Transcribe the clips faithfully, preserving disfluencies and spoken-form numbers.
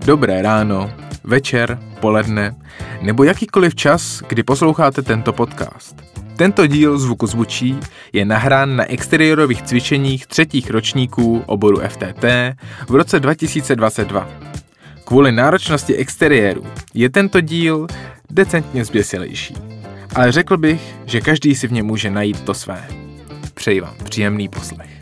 Dobré ráno, večer, poledne nebo jakýkoliv čas, kdy posloucháte tento podcast. Tento díl Zvuku zvučí je nahrán na exteriérových cvičeních třetích ročníků oboru F T T v roce dva tisíce dvacet dva. Kvůli náročnosti exteriéru je tento díl decentně zběsilejší, ale řekl bych, že každý si v něm může najít to své. Přeji vám příjemný poslech.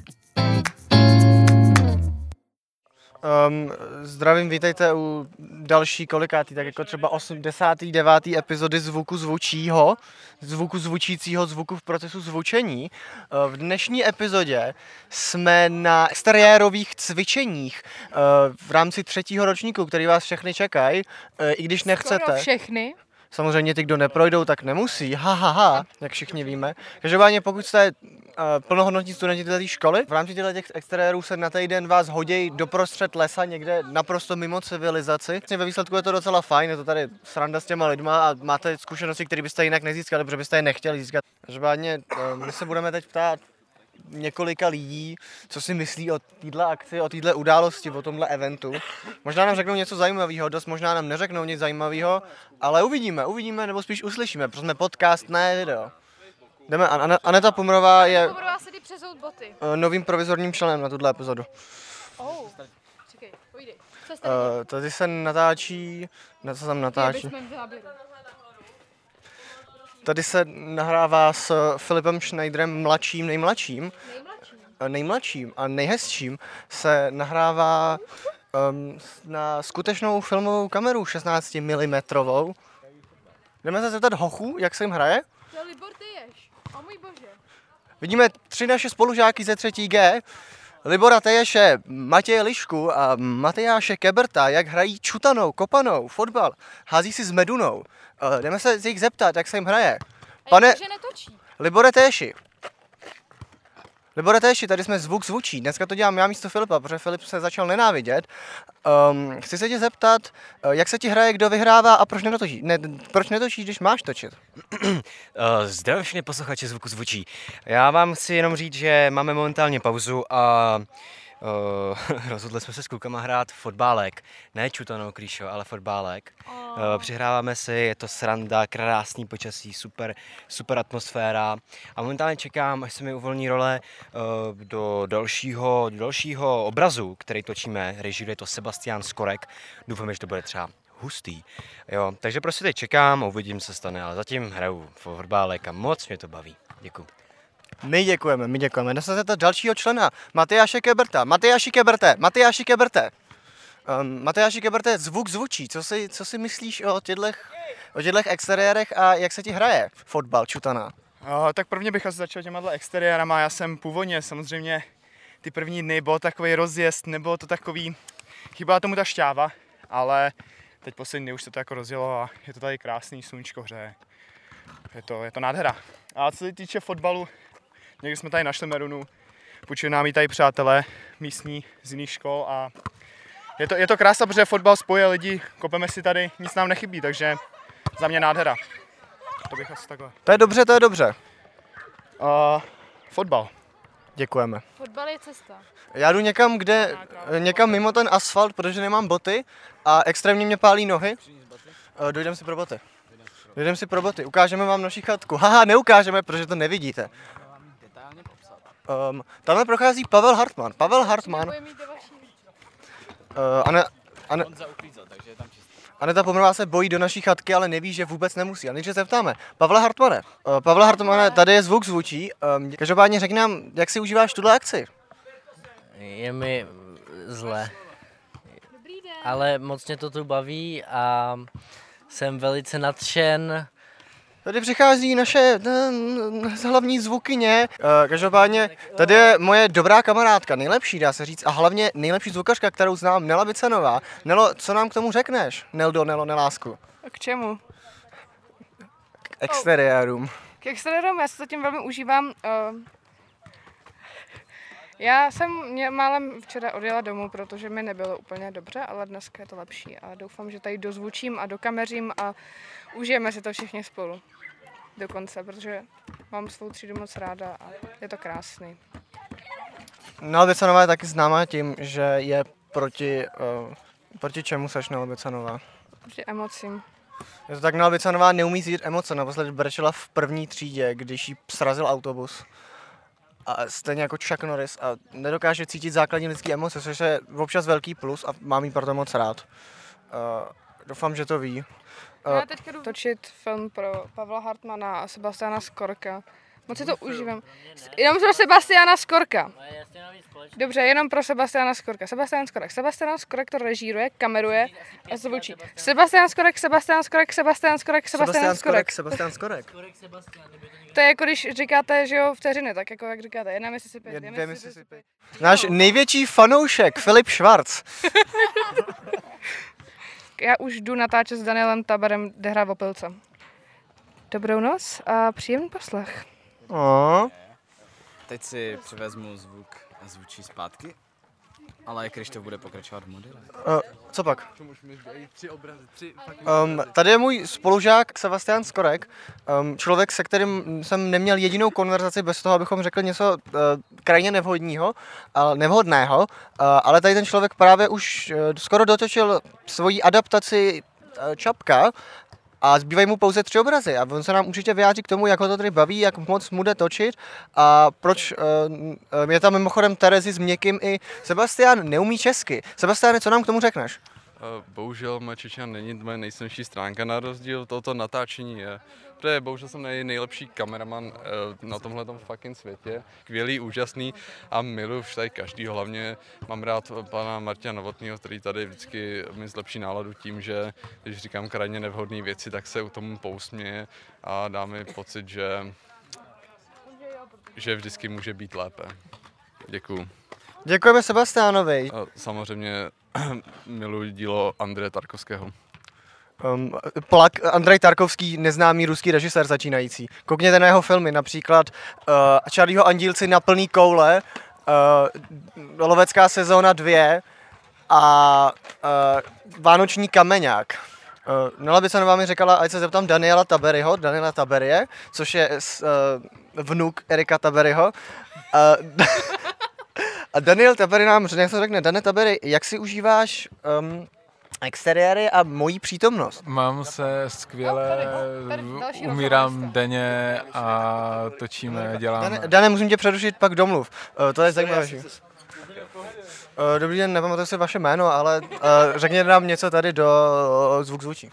Um, zdravím, vítejte u další kolikátý, tak jako třeba osmdesátý devátý epizody Zvuku zvučího, Zvuku zvučícího, zvuku v procesu zvučení. Uh, v dnešní epizodě jsme na exteriérových cvičeních uh, v rámci třetího ročníku, který vás všechny čekají, uh, i když nechcete. Skoro všechny. Samozřejmě ty, kdo neprojdou, tak nemusí, ha, ha, ha, jak všichni víme. Každopádně pokud jste uh, plnohodnotní studenti této školy, v rámci těchto těch exteriérů se na týden vás hodí doprostřed lesa někde naprosto mimo civilizaci. Vlastně ve výsledku je to docela fajn, je to tady sranda s těma lidma a máte zkušenosti, které byste jinak nezískali, protože byste je nechtěli získat. Každopádně uh, my se budeme teď ptát několika lidí, co si myslí o této akci, o této události, o tomhle eventu. Možná nám řeknou něco zajímavého, dost možná nám neřeknou nic zajímavého, ale uvidíme, uvidíme, nebo spíš uslyšíme, protože jsme podcast, ne video. Jdeme, An- Aneta Pumrová je Pumrová se jde přezout boty. novým provizorním členem na tuhle epizodu. Oh, čekej, pojď. Co jste Uh, tady se natáčí, na co tam natáčí? Tady se nahrává s Filipem Schneiderem mladším, nejmladším. nejmladší? Nejmladším a nejhezčím se nahrává um, na skutečnou filmovou kameru šestnáct milimetrů. Jdeme se zeptat hochů, jak se jim hraje. To Libor Teješ. O můj bože. Vidíme tři naše spolužáky ze třetí G. Libora Teješe, Matěje Lišku a Matyáše Keberta, jak hrají čutanou, kopanou, fotbal. Hází si s medunou. Uh, jdeme se jich zeptat, jak se jim hraje. Pane... Pane A jak netočí? Libore Teješi. Libore Teješi, tady jsme Zvuk zvučí. Dneska to dělám já místo Filipa, protože Filip se začal nenávidět. Um, chci se tě zeptat, jak se ti hraje, kdo vyhrává a proč netočíš, ne, proč netočíš, když máš točit? Zdravím všechny posluchače Zvuku zvučí. Já vám chci jenom říct, že máme momentálně pauzu a uh, rozhodli jsme se s klukama hrát fotbálek. Ne čutanou, Krýšo, ale fotbálek. Oh. Uh, přihráváme si, je to sranda, krásný počasí, super, super atmosféra. A momentálně čekám, až se mi uvolní role uh, do dalšího, do dalšího obrazu, který točíme. Režíruje to Sebastian Skorek. Doufám, že to bude třeba hustý. Jo, takže prostě teď čekám a uvidím, co se stane, ale zatím hraju fotbálek a moc mě to baví. Děkuji. My děkujeme, my děkujeme. Dnes se zeptat dalšího člena, Matyáše Keberta. Matyáši Keberte, Matyáši Keberte. Um, Matyáši Keberte, Zvuk zvučí. Co si, co si myslíš o těchto o těchto exteriérech a jak se ti hraje fotbal, čutaná? Uh, tak prvně bych asi začal těma exteriérama. Já jsem původně samozřejmě ty první dny byl takový rozjezd, nebylo to takový, chybala tomu ta šťáva, ale teď poslední dny už se to jako rozjelo a je to tady krásný, sluníčko hřeje. Je to, je to nádhera. A co se týče fotbalu, někdy jsme tady našli Merunu, půjčili nám ji tady přátelé místní z jiných škol a je to, je to krása, protože fotbal spojuje lidi, kopeme si tady, nic nám nechybí, takže za mě nádhera. To bych asi takhle. To je dobře, to je dobře. Uh, fotbal. Děkujeme. Fotbal je cesta. Já jdu někam, kde, někam mimo ten asfalt, protože nemám boty a extrémně mě pálí nohy. Uh, dojdem si pro boty. Dojdem si pro boty. Ukážeme vám naši chatku. Haha, neukážeme, protože to nevidíte. Um, tamhle prochází Pavel Hartmann. Pavel Hartmann. Uh, Ane, Ane, Aneta Pumrová se bojí do naší chatky, ale neví, že vůbec nemusí. A nejdřív se ptáme. Pavle Hartmane. Uh, Pavle Hartmane, tady je Zvuk zvučí. Um, každopádně řekni nám, jak si užíváš tuhle akci? Je mi zle, ale moc mě to tu baví a jsem velice nadšen. Tady přichází naše uh, hlavní zvukyně. Uh, každopádně tady je moje dobrá kamarádka, nejlepší dá se říct, a hlavně nejlepší zvukařka, kterou znám, Nela Vicenová. Nelo, co nám k tomu řekneš? Neldo, Nelo, Nelásku. K čemu? K exteriérům. K exteriérům já se zatím velmi užívám. Uh, já jsem mě málem včera odjela domů, protože mi nebylo úplně dobře, ale dneska je to lepší a doufám, že tady dozvučím a dokameřím a užijeme si to všichni spolu dokonce, protože mám svou třídu moc ráda a je to krásný. Nela Vicenová je taky známá tím, že je proti uh, Proti čemu seš Nela Bicanová? Proti emocím. Je to tak, Nela Bicanová neumí cítit emoce, naposledy brečela v první třídě, když jí srazil autobus. A stejně jako Chuck Norris a nedokáže cítit základní lidské emoce, což je občas velký plus a mám jí proto moc rád. Uh, doufám, že to ví. Uh, Já teďka jdu točit film pro Pavla Hartmana a Sebastiana Skorka. Moc si to užívám. Jenom pro Sebastiana Skorka. Dobře, jenom pro Sebastiana Skorka. Sebastian Skorek. Sebastian Skorek to režíruje, kameruje a zvučí. Sebastian Skorek, Sebastian Skorek, Sebastian Skorek, Sebastian Skorek. Sebastian Skorek. To je jako když říkáte, že jo, vteřiny, tak jako jak říkáte, jedna Mississippi, dvě Dvě Mississippi. Mississippi. Náš největší fanoušek, Filip Švarc. Já už jdu natáčet s Danielem Taberem, kde hrá v Opilce. Dobrou noc a příjemný poslech. Oh. Teď si přivezmu zvuk a zvučí zpátky, ale Krištof bude pokračovat v modelu. Uh, co pak? Um, tady je můj spolužák Sebastian Skorek, um, člověk, se kterým jsem neměl jedinou konverzaci bez toho, abychom řekli něco uh, krajně nevhodního, uh, nevhodného, uh, ale tady ten člověk právě už uh, skoro dotočil svoji adaptaci uh, Čapka, a zbývají mu pouze tři obrazy a on se nám určitě vyjádří k tomu, jak ho to tady baví, jak moc mu jde točit a proč uh, je tam mimochodem Terezy s Měkkým i Sebastian neumí česky. Sebastiane, co nám k tomu řekneš? Bohužel moje čeština není moje nejsilnější stránka, na rozdíl tohoto natáčení je. Protože bohužel jsem nej, nejlepší kameraman na tomhletom fucking světě. Skvělý, úžasný a miluji tady každýho. Hlavně mám rád pana Martina Novotného, který tady vždycky mi zlepší náladu tím, že když říkám krajně nevhodné věci, tak se u tomu pousměje a dá mi pocit, že, že vždycky může být lépe. Děkuju. Děkujeme Sebastianovi. A samozřejmě miluji dílo Andreje Tarkovského. Um, Plak, Andrej Tarkovský, neznámý ruský režisér začínající. Koukněte na jeho filmy, například uh, Charlieho Andílci na plný koule, uh, Lovecká sezóna dvě a uh, Vánoční kameňák. Uh, Nela Bicanová mi říkala, ať se zeptám Daniela Taberyho, Daniela Taberie, což je uh, vnuk Erika Taberyho. Uh, a Daniel Tabery nám něco řekne. Dane Tabery, jak si užíváš um, exteriéry a mojí přítomnost? Mám se skvěle, umírám denně a točíme, děláme. Dane, Dane, musím tě přerušit, pak domluv. Uh, to je zajímavé. Uh, dobrý den, nepamatuji si vaše jméno, ale uh, řekněte nám něco tady do uh, zvuk zvučí.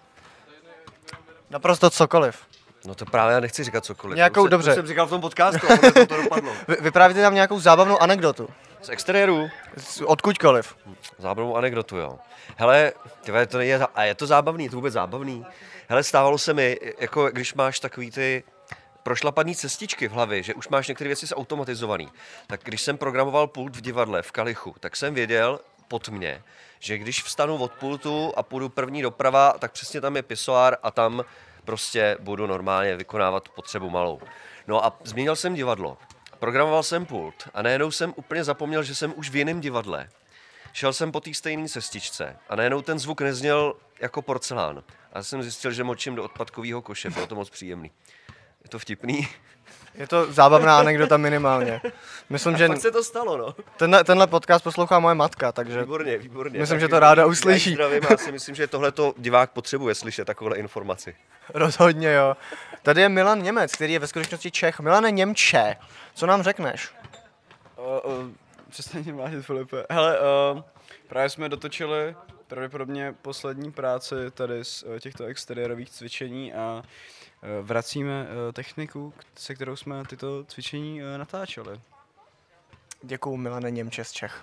Naprosto cokoliv. No to právě já nechci říkat cokoliv. Nějakou, to se, dobře. To jsem říkal v tom podcastu, a to, to dopadlo. Vy, vyprávíte nám nějakou zábavnou anekdotu. Z exteriéru? Z, odkudkoliv. Zábavnou anekdotu, jo. Hele, tyhle, to je, a je to zábavný, je to vůbec zábavný. Hele, stávalo se mi, jako když máš takový ty prošlapaný cestičky v hlavě, že už máš některé věci zautomatizovaný. Tak když jsem programoval pult v divadle v Kalichu, tak jsem věděl pod mě, že když vstanu od pultu a půjdu první doprava, tak přesně tam je pisoár a tam prostě budu normálně vykonávat potřebu malou. No a změnil jsem divadlo. Programoval jsem pult a najednou jsem úplně zapomněl, že jsem už v jiném divadle. Šel jsem po té stejné cestičce a najednou ten zvuk nezněl jako porcelán. A jsem zjistil, že močím do odpadkového koše, bylo to moc příjemný. Je to vtipný? Je to zábavná anekdota minimálně. Myslím, a že fakt se to stalo, no. Tenhle, tenhle podcast poslouchá moje matka, takže výborně, výborně. myslím, tak že to ráda uslyší. Já zdravím, já si myslím, že tohleto divák potřebuje slyšet takovouhle informaci. Rozhodně jo. Tady je Milan Němec, který je ve skutečnosti Čech. Milane Němče, co nám řekneš? Uh, uh, přestaň mě mlátit, Filipe. Hele, uh, právě jsme dotočili pravděpodobně poslední práci tady z uh, těchto exteriérových cvičení a uh, vracíme uh, techniku, se kterou jsme tyto cvičení uh, natáčeli. Děkuju, Milane Němče z Čech.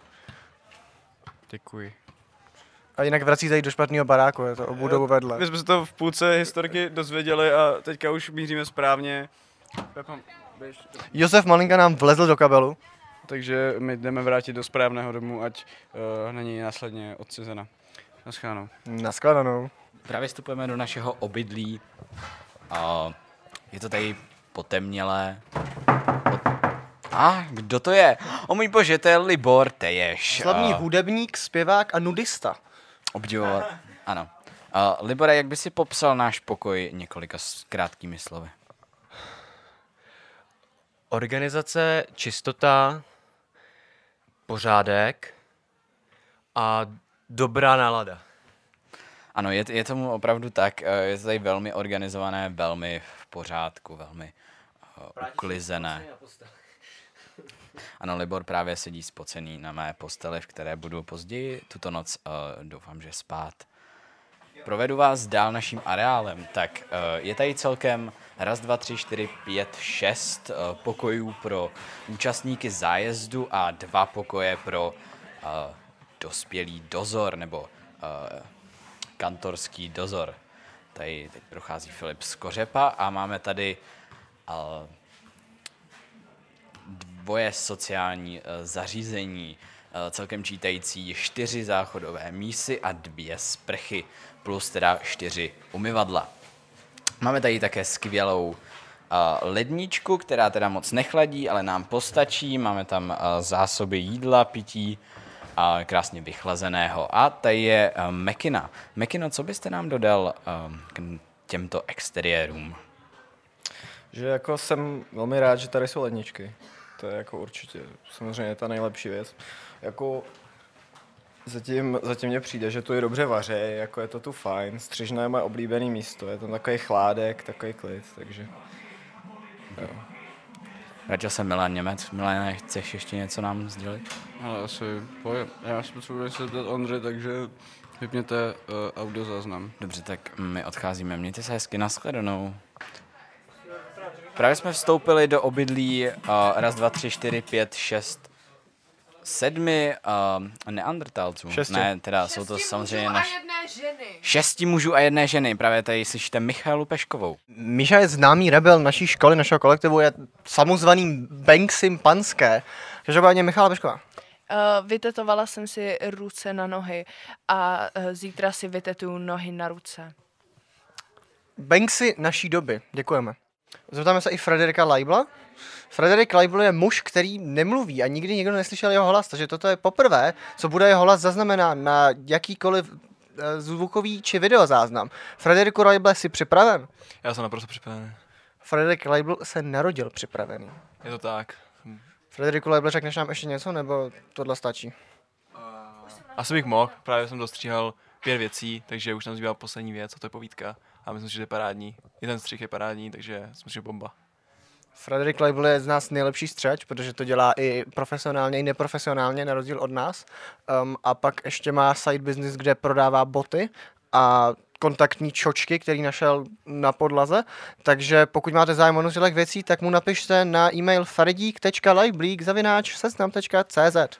Děkuji. A jinak vracíte jít do špatného baráku, je to o budovu vedle. My jsme se to v půlce historky dozvěděli a teďka už míříme správně. Pepa, běž. Josef Malinka nám vlezl do kabelu. Takže my jdeme vrátit do správného domu, ať uh, není následně odcizena. Naschledanou. Naschledanou. Právě vstupujeme do našeho obydlí. Uh, je to tady potemnělé. Pot... A ah, kdo to je? O můj bože, to je Libor Teješ. Slavný uh, hudebník, zpěvák a nudista. Obdivovat, ano. Uh, Libore, jak by si popsal náš pokoj několika krátkými slovy? Organizace, čistota, pořádek a dobrá nálada. Ano, je, je tomu opravdu tak. Je to tady velmi organizované, velmi v pořádku, velmi uh, uklizené. Ano, Libor právě sedí spocený na mé posteli, v které budu později tuto noc, uh, doufám, že spát. Provedu vás dál naším areálem. Tak uh, je tady celkem raz, dva, tři, čtyři, pět, šest uh, pokojů pro účastníky zájezdu a dva pokoje pro uh, dospělý dozor nebo uh, kantorský dozor. Tady teď prochází Filip z Kořepa a máme tady uh, dvoje sociální uh, zařízení, uh, celkem čítající čtyři záchodové mísy a dvě sprchy, plus teda čtyři umyvadla. Máme tady také skvělou uh, ledničku, která teda moc nechladí, ale nám postačí. Máme tam uh, zásoby jídla, pití, a krásně vychlazeného. A tady je uh, Mekina. Mekino, co byste nám dodal uh, k těmto exteriérům? Že jako jsem velmi rád, že tady jsou ledničky. To je jako určitě samozřejmě ta nejlepší věc. Jako zatím, zatím mně přijde, že tu je dobře vaře, jako je to tu fajn. Střižna je moje oblíbené místo, je tam takový chládek, takový klid, takže jo. Vrátil se Milan Němec. Milane, chceš ještě něco nám sdělit? Ale asi pojď. Já si potřebuji se zeptat Ondře, takže vypněte uh, audiozáznam. Dobře, tak my odcházíme. Mějte se hezky, nashledanou. Právě jsme vstoupili do obydlí uh, raz, dva, tři, čtyři, pět, šest, sedmi uh, neandertalců. Šesti. Ne, teda jsou to samozřejmě naš... jedné ženy. Šesti mužů a jedné ženy. Právě tady slyšíte Michaelu Peškovou. Míša je známý rebel naší školy, našeho kolektivu, je samozvaný Banksym Panské. Každopádně Michála Pešková. Uh, vytetovala jsem si ruce na nohy a uh, zítra si vytetuju nohy na ruce. Banksy naší doby. Děkujeme. Zeptáme se i Frederika Leibla. Frederik Leibl je muž, který nemluví a nikdy nikdo neslyšel jeho hlas, takže toto je poprvé, co bude jeho hlas zaznamenán na jakýkoliv zvukový či videozáznam. Frederiku Leible, jsi připraven? Já jsem naprosto připravený. Frederik Leibl se narodil připravený. Je to tak. Frederiku Leible, řekneš nám ještě něco, nebo tohle stačí? Uh, asi bych mohl, právě jsem dostříhal pět věcí, takže už nám zbývá poslední věc, a to je povídka. A myslím si, že je parádní. I ten střih je parádní, takže myslím, že bomba. Frederik Leibl je z nás nejlepší střeč, protože to dělá i profesionálně, i neprofesionálně, na rozdíl od nás. Um, a pak ještě má side business, kde prodává boty a kontaktní čočky, který našel na podlaze. Takže pokud máte zájem o těch věcí, tak mu napište na e-mail fredík tečka leiblík zavináč seznam tečka cé zet.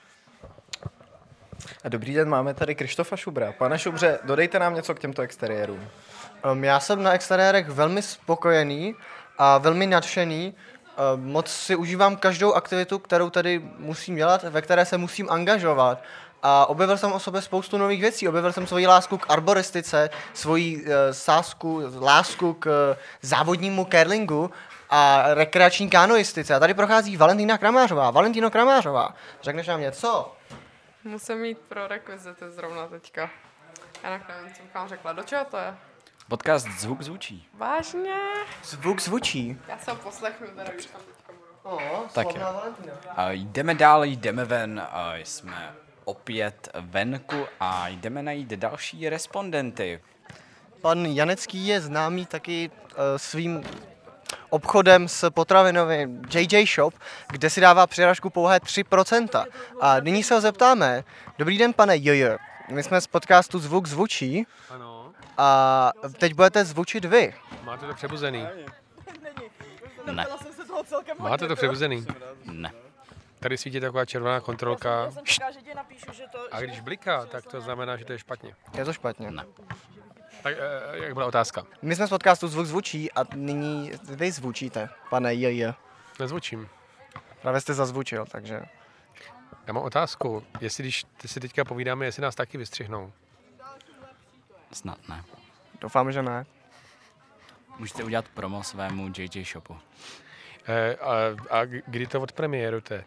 A dobrý den, máme tady Krištofa Šubra. Pane Šubře, dodejte nám něco k těmto exteriérům. Um, já jsem na exteriérech velmi spokojený a velmi nadšený. Um, moc si užívám každou aktivitu, kterou tady musím dělat, ve které se musím angažovat. A objevil jsem o sobě spoustu nových věcí. Objevil jsem svoji lásku k arboristice, svoji uh, sásku, lásku k uh, závodnímu curlingu a rekreační kanoistice. A tady prochází Valentína Kramářová. Valentíno Kramářová, řekneš nám něco? Musím mít pro rekvizity zrovna teďka. Já nevím, co bych vám řekla. Do čeho to je? Podcast Zvuk zvučí. Vážně? Zvuk zvučí. Já se ho poslechnu, teda když tam teďka budu. Oh, Tak jo. A jdeme dál, jdeme ven. A jsme opět venku a jdeme najít další respondenty. Pan Janecký je známý taky uh, svým obchodem s potravinovým J J Shop, kde si dává přirážku pouhé tři procenta. A nyní se ho zeptáme. Dobrý den, pane J J. My jsme z podcastu Zvuk zvučí. Ano. A teď budete zvučit vy. Máte to přebuzený? Ne. Máte to přebuzený? Ne. Tady svítí taková červená kontrolka. Čeká, že ti napíšu, že to, A když bliká, tak to znamená, že to je špatně. Je to špatně. Ne. Tak jak byla otázka? My jsme z podcastu Zvuk zvučí a nyní vy zvučíte, pane J J. Nezvučím. Právě jste zazvučil, takže... Já mám otázku, jestli když ty si teďka povídáme, jestli nás taky vystřihnou. Snad ne. Doufám, že ne. Můžete udělat promo svému J J Shopu. E, a, a kdy to odpremiérujete?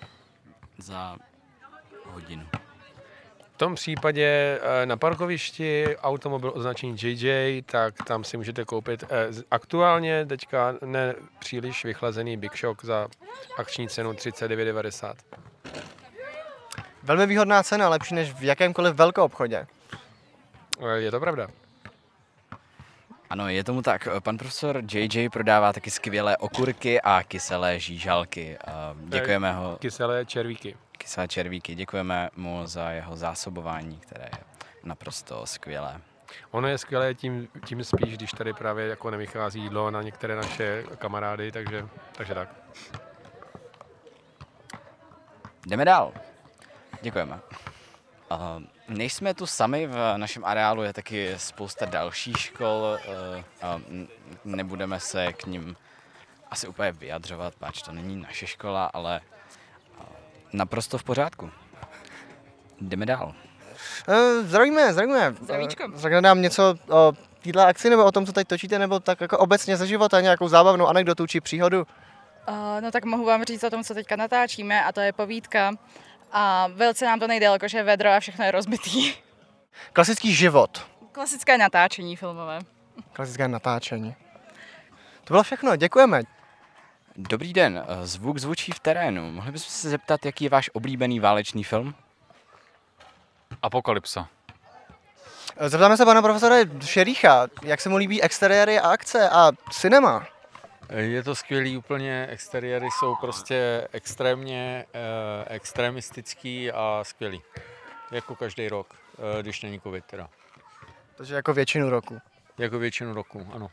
Za hodinu. V tom případě na parkovišti automobil označení J J, tak tam si můžete koupit aktuálně teďka ne příliš vychlazený Big Shock za akční cenu třicet devět devadesát. Velmi výhodná cena, lepší než v jakémkoliv velkoobchodě. Je to pravda. Ano, je tomu tak. Pan profesor J J prodává taky skvělé okurky a kyselé žížalky. Děkujeme ho. Kyselé červíky. Kyselé červíky. Děkujeme mu za jeho zásobování, které je naprosto skvělé. Ono je skvělé tím, tím spíš, když tady právě jako nevychází jídlo na některé naše kamarády, takže, takže tak. Jdeme dál. Děkujeme. Uh, nejsme tu sami, v našem areálu je taky spousta dalších škol. Uh, uh, nebudeme se k nim asi úplně vyjadřovat, páč to není naše škola, ale uh, naprosto v pořádku. Jdeme dál. Uh, zdravíme, zdravíme. Zdravíčko. Uh, řekne nám něco o této akci, nebo o tom, co teď točíte, nebo tak jako obecně ze života, nějakou zábavnou anekdotu či příhodu? Uh, no tak mohu vám říct o tom, co teďka natáčíme, a to je povídka. A velice nám to nejde, jakože vedro a všechno je rozbitý. Klasický život. Klasické natáčení filmové. Klasické natáčení. To bylo všechno, děkujeme. Dobrý den, zvuk zvučí v terénu. Mohli bychom se zeptat, jaký je váš oblíbený válečný film? Apokalypsa. Zeptáme se pana profesora Šerícha, jak se mu líbí exteriéry a akce a cinema. Je to skvělý úplně, exteriéry jsou prostě extrémně eh, extremistický a skvělý. Jako každý rok, eh, když není covid teda. Takže jako většinu roku. Jako většinu roku, ano.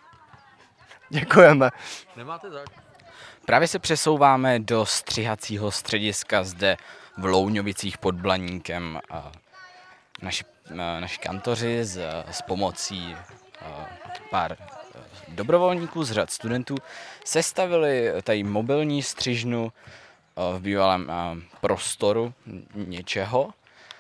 Děkujeme. Nemáte tak? Právě se přesouváme do střihacího střediska zde v Louňovicích pod Blaníkem. A naši, naši kantoři s, s pomocí pár dobrovolníků z řad studentů sestavili tady mobilní střižnu v bývalém prostoru něčeho.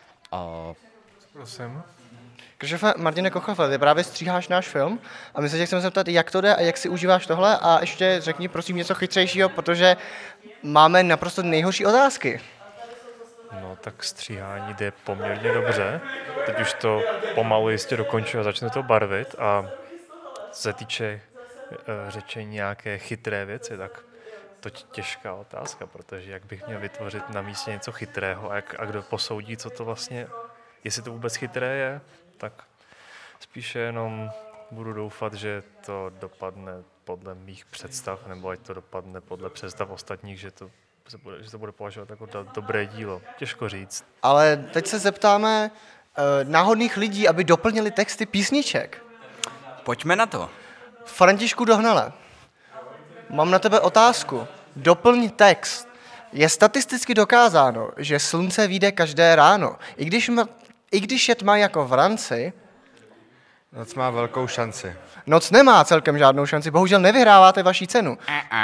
Prosím. Krzysztofe, Martine Kochofle, ty právě stříháš náš film a my se tě chceme zeptat, jak to jde a jak si užíváš tohle, a ještě řekni prosím něco chytřejšího, protože máme naprosto nejhorší otázky. No tak stříhání jde poměrně dobře. Teď už to pomalu jistě dokončuje a začne to barvit, a se týče uh, řečení nějaké chytré věci, tak to je těžká otázka, protože jak bych měl vytvořit na místě něco chytrého a, jak, a kdo posoudí, co to vlastně, jestli to vůbec chytré je, tak spíše jenom budu doufat, že to dopadne podle mých představ, nebo ať to dopadne podle představ ostatních, že to, se bude, že to bude považovat jako do, dobré dílo. Těžko říct. Ale teď se zeptáme uh, náhodných lidí, aby doplnili texty písniček. Pojďme na to. Františku Dohnale, mám na tebe otázku. Doplň text. Je statisticky dokázáno, že slunce vyjde každé ráno. I když, ma, I když je tma jako v ranci... Noc má velkou šanci. Noc nemá celkem žádnou šanci. Bohužel nevyhráváte vaší cenu.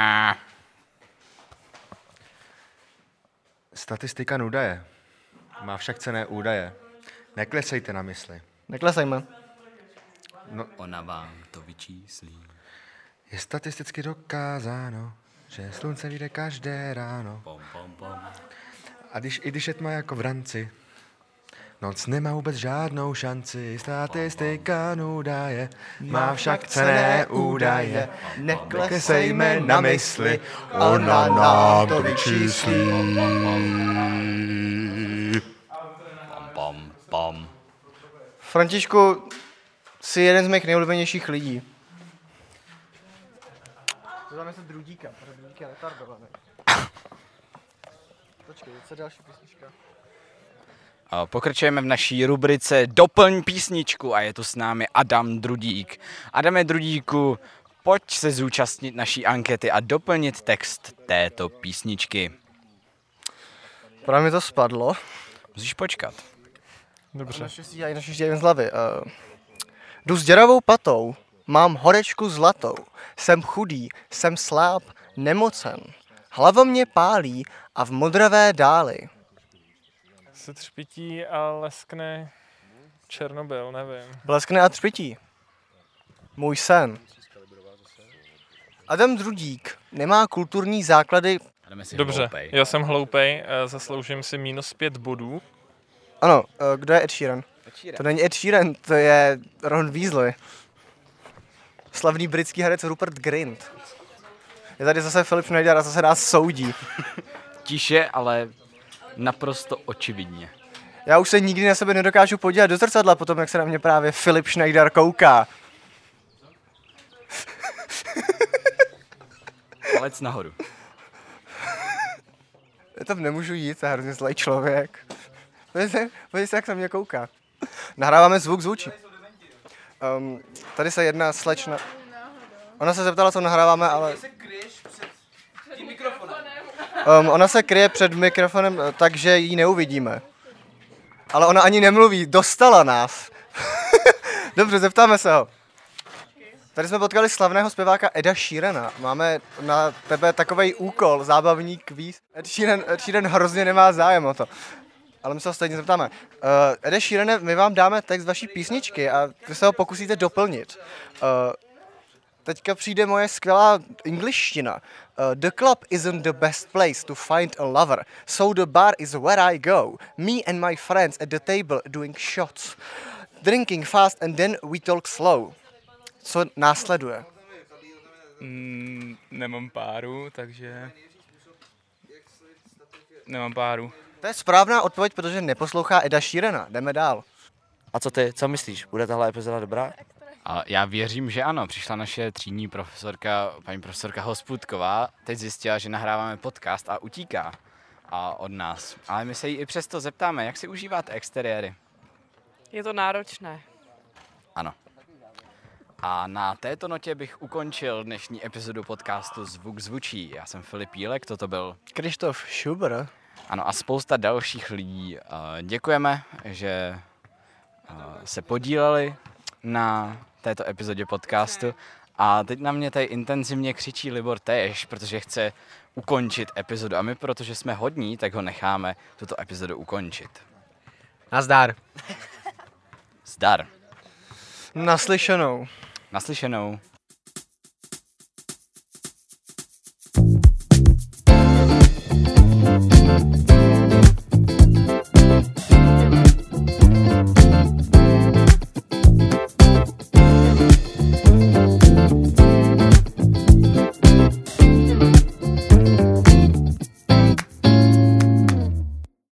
Statistika nudaje. Má však cenné údaje. Neklesejte na mysli. Neklesejme. No, ona vám to vyčíslí. Je statisticky dokázáno, že slunce vyjde každé ráno. Pom, pom, pom. A když, i když je tma jako v ranci, noc nemá vůbec žádnou šanci. Statistika nudaje, má však cenné údaje. Neklesejme na mysli, ona nám to vyčíslí. Pom, pom, pom. Františku, jsi jeden z mých nejoblíbenějších lidí. Zdáme se Drudíka, protože Drudík je retardovaný. Počkej, co další písnička? Pokračujeme v naší rubrice Doplň písničku a je tu s námi Adam Drudík. Adame Drudíku, pojď se zúčastnit naší ankety a doplnit text této písničky. Právě mi to spadlo. Musíš počkat. Dobře. Naštěstí já naštěstí jeden z hlavy. Uh, jdu s děravou patou, mám horečku zlatou, jsem chudý, jsem sláb, nemocen. Hlava mě pálí a v modravé dáli. Se třpití a leskne Černobyl, nevím. Bleskne a třpití. Můj sen. Adam Drudík nemá kulturní základy. Dobře, hloupej. Já jsem hloupej, zasloužím si minus pět bodů. Ano, kdo je Ed Sheeran? Ed Sheeran. To není Ed Sheeran, to je Ron Weasley. Slavný britský herec Rupert Grint. Je tady zase Filip Schneider a zase nás soudí. Tiše, ale naprosto očividně. Já už se nikdy na sebe nedokážu podívat do zrcadla potom, jak se na mě právě Filip Schneider kouká. Palec nahoru. Já tam nemůžu jít, to je hrozně zlej člověk. Podívejte, podívejte se, jak se na mě kouká. Nahráváme zvuk zvučí. Um, tady se jedna slečna... Ona se zeptala, co nahráváme, ale... Um, ona se kryje před mikrofonem, takže ji neuvidíme. Ale ona ani nemluví, dostala nás. Dobře, zeptáme se ho. Tady jsme potkali slavného zpěváka Eda Sheerana. Máme na tebe takovej úkol, zábavní kvíz. Ed Sheeran, Ed Sheeran hrozně nemá zájem o to. Ale my se ho stejně zeptáme. Uh, Ede Sheerane, my vám dáme text vaší písničky a vy se ho pokusíte doplnit. Uh, teďka přijde moje skvělá angličtina. Uh, the club isn't the best place to find a lover, so the bar is where I go. Me and my friends at the table doing shots. Drinking fast and then we talk slow. Co následuje? Mm, nemám páru, takže... Nemám páru. To je správná odpověď, protože neposlouchá Eda Sheerana. Jdeme dál. A co ty, co myslíš? Bude tahle epizoda dobrá? A já věřím, že ano. Přišla naše třídní profesorka, paní profesorka Hospůdková, teď zjistila, že nahráváme podcast a utíká a od nás. Ale my se jí i přesto zeptáme, jak si užíváte exteriéry? Je to náročné. Ano. A na této notě bych ukončil dnešní epizodu podcastu Zvuk zvučí. Já jsem Filip Jílek, toto byl Krištof Šubr. Ano, a spousta dalších lidí. Děkujeme, že se podíleli na této epizodě podcastu. A teď na mě tady intenzivně křičí Libor též, protože chce ukončit epizodu. A my, protože jsme hodní, tak ho necháme tuto epizodu ukončit. Nazdar. Zdar. Naslyšenou. Naslyšenou.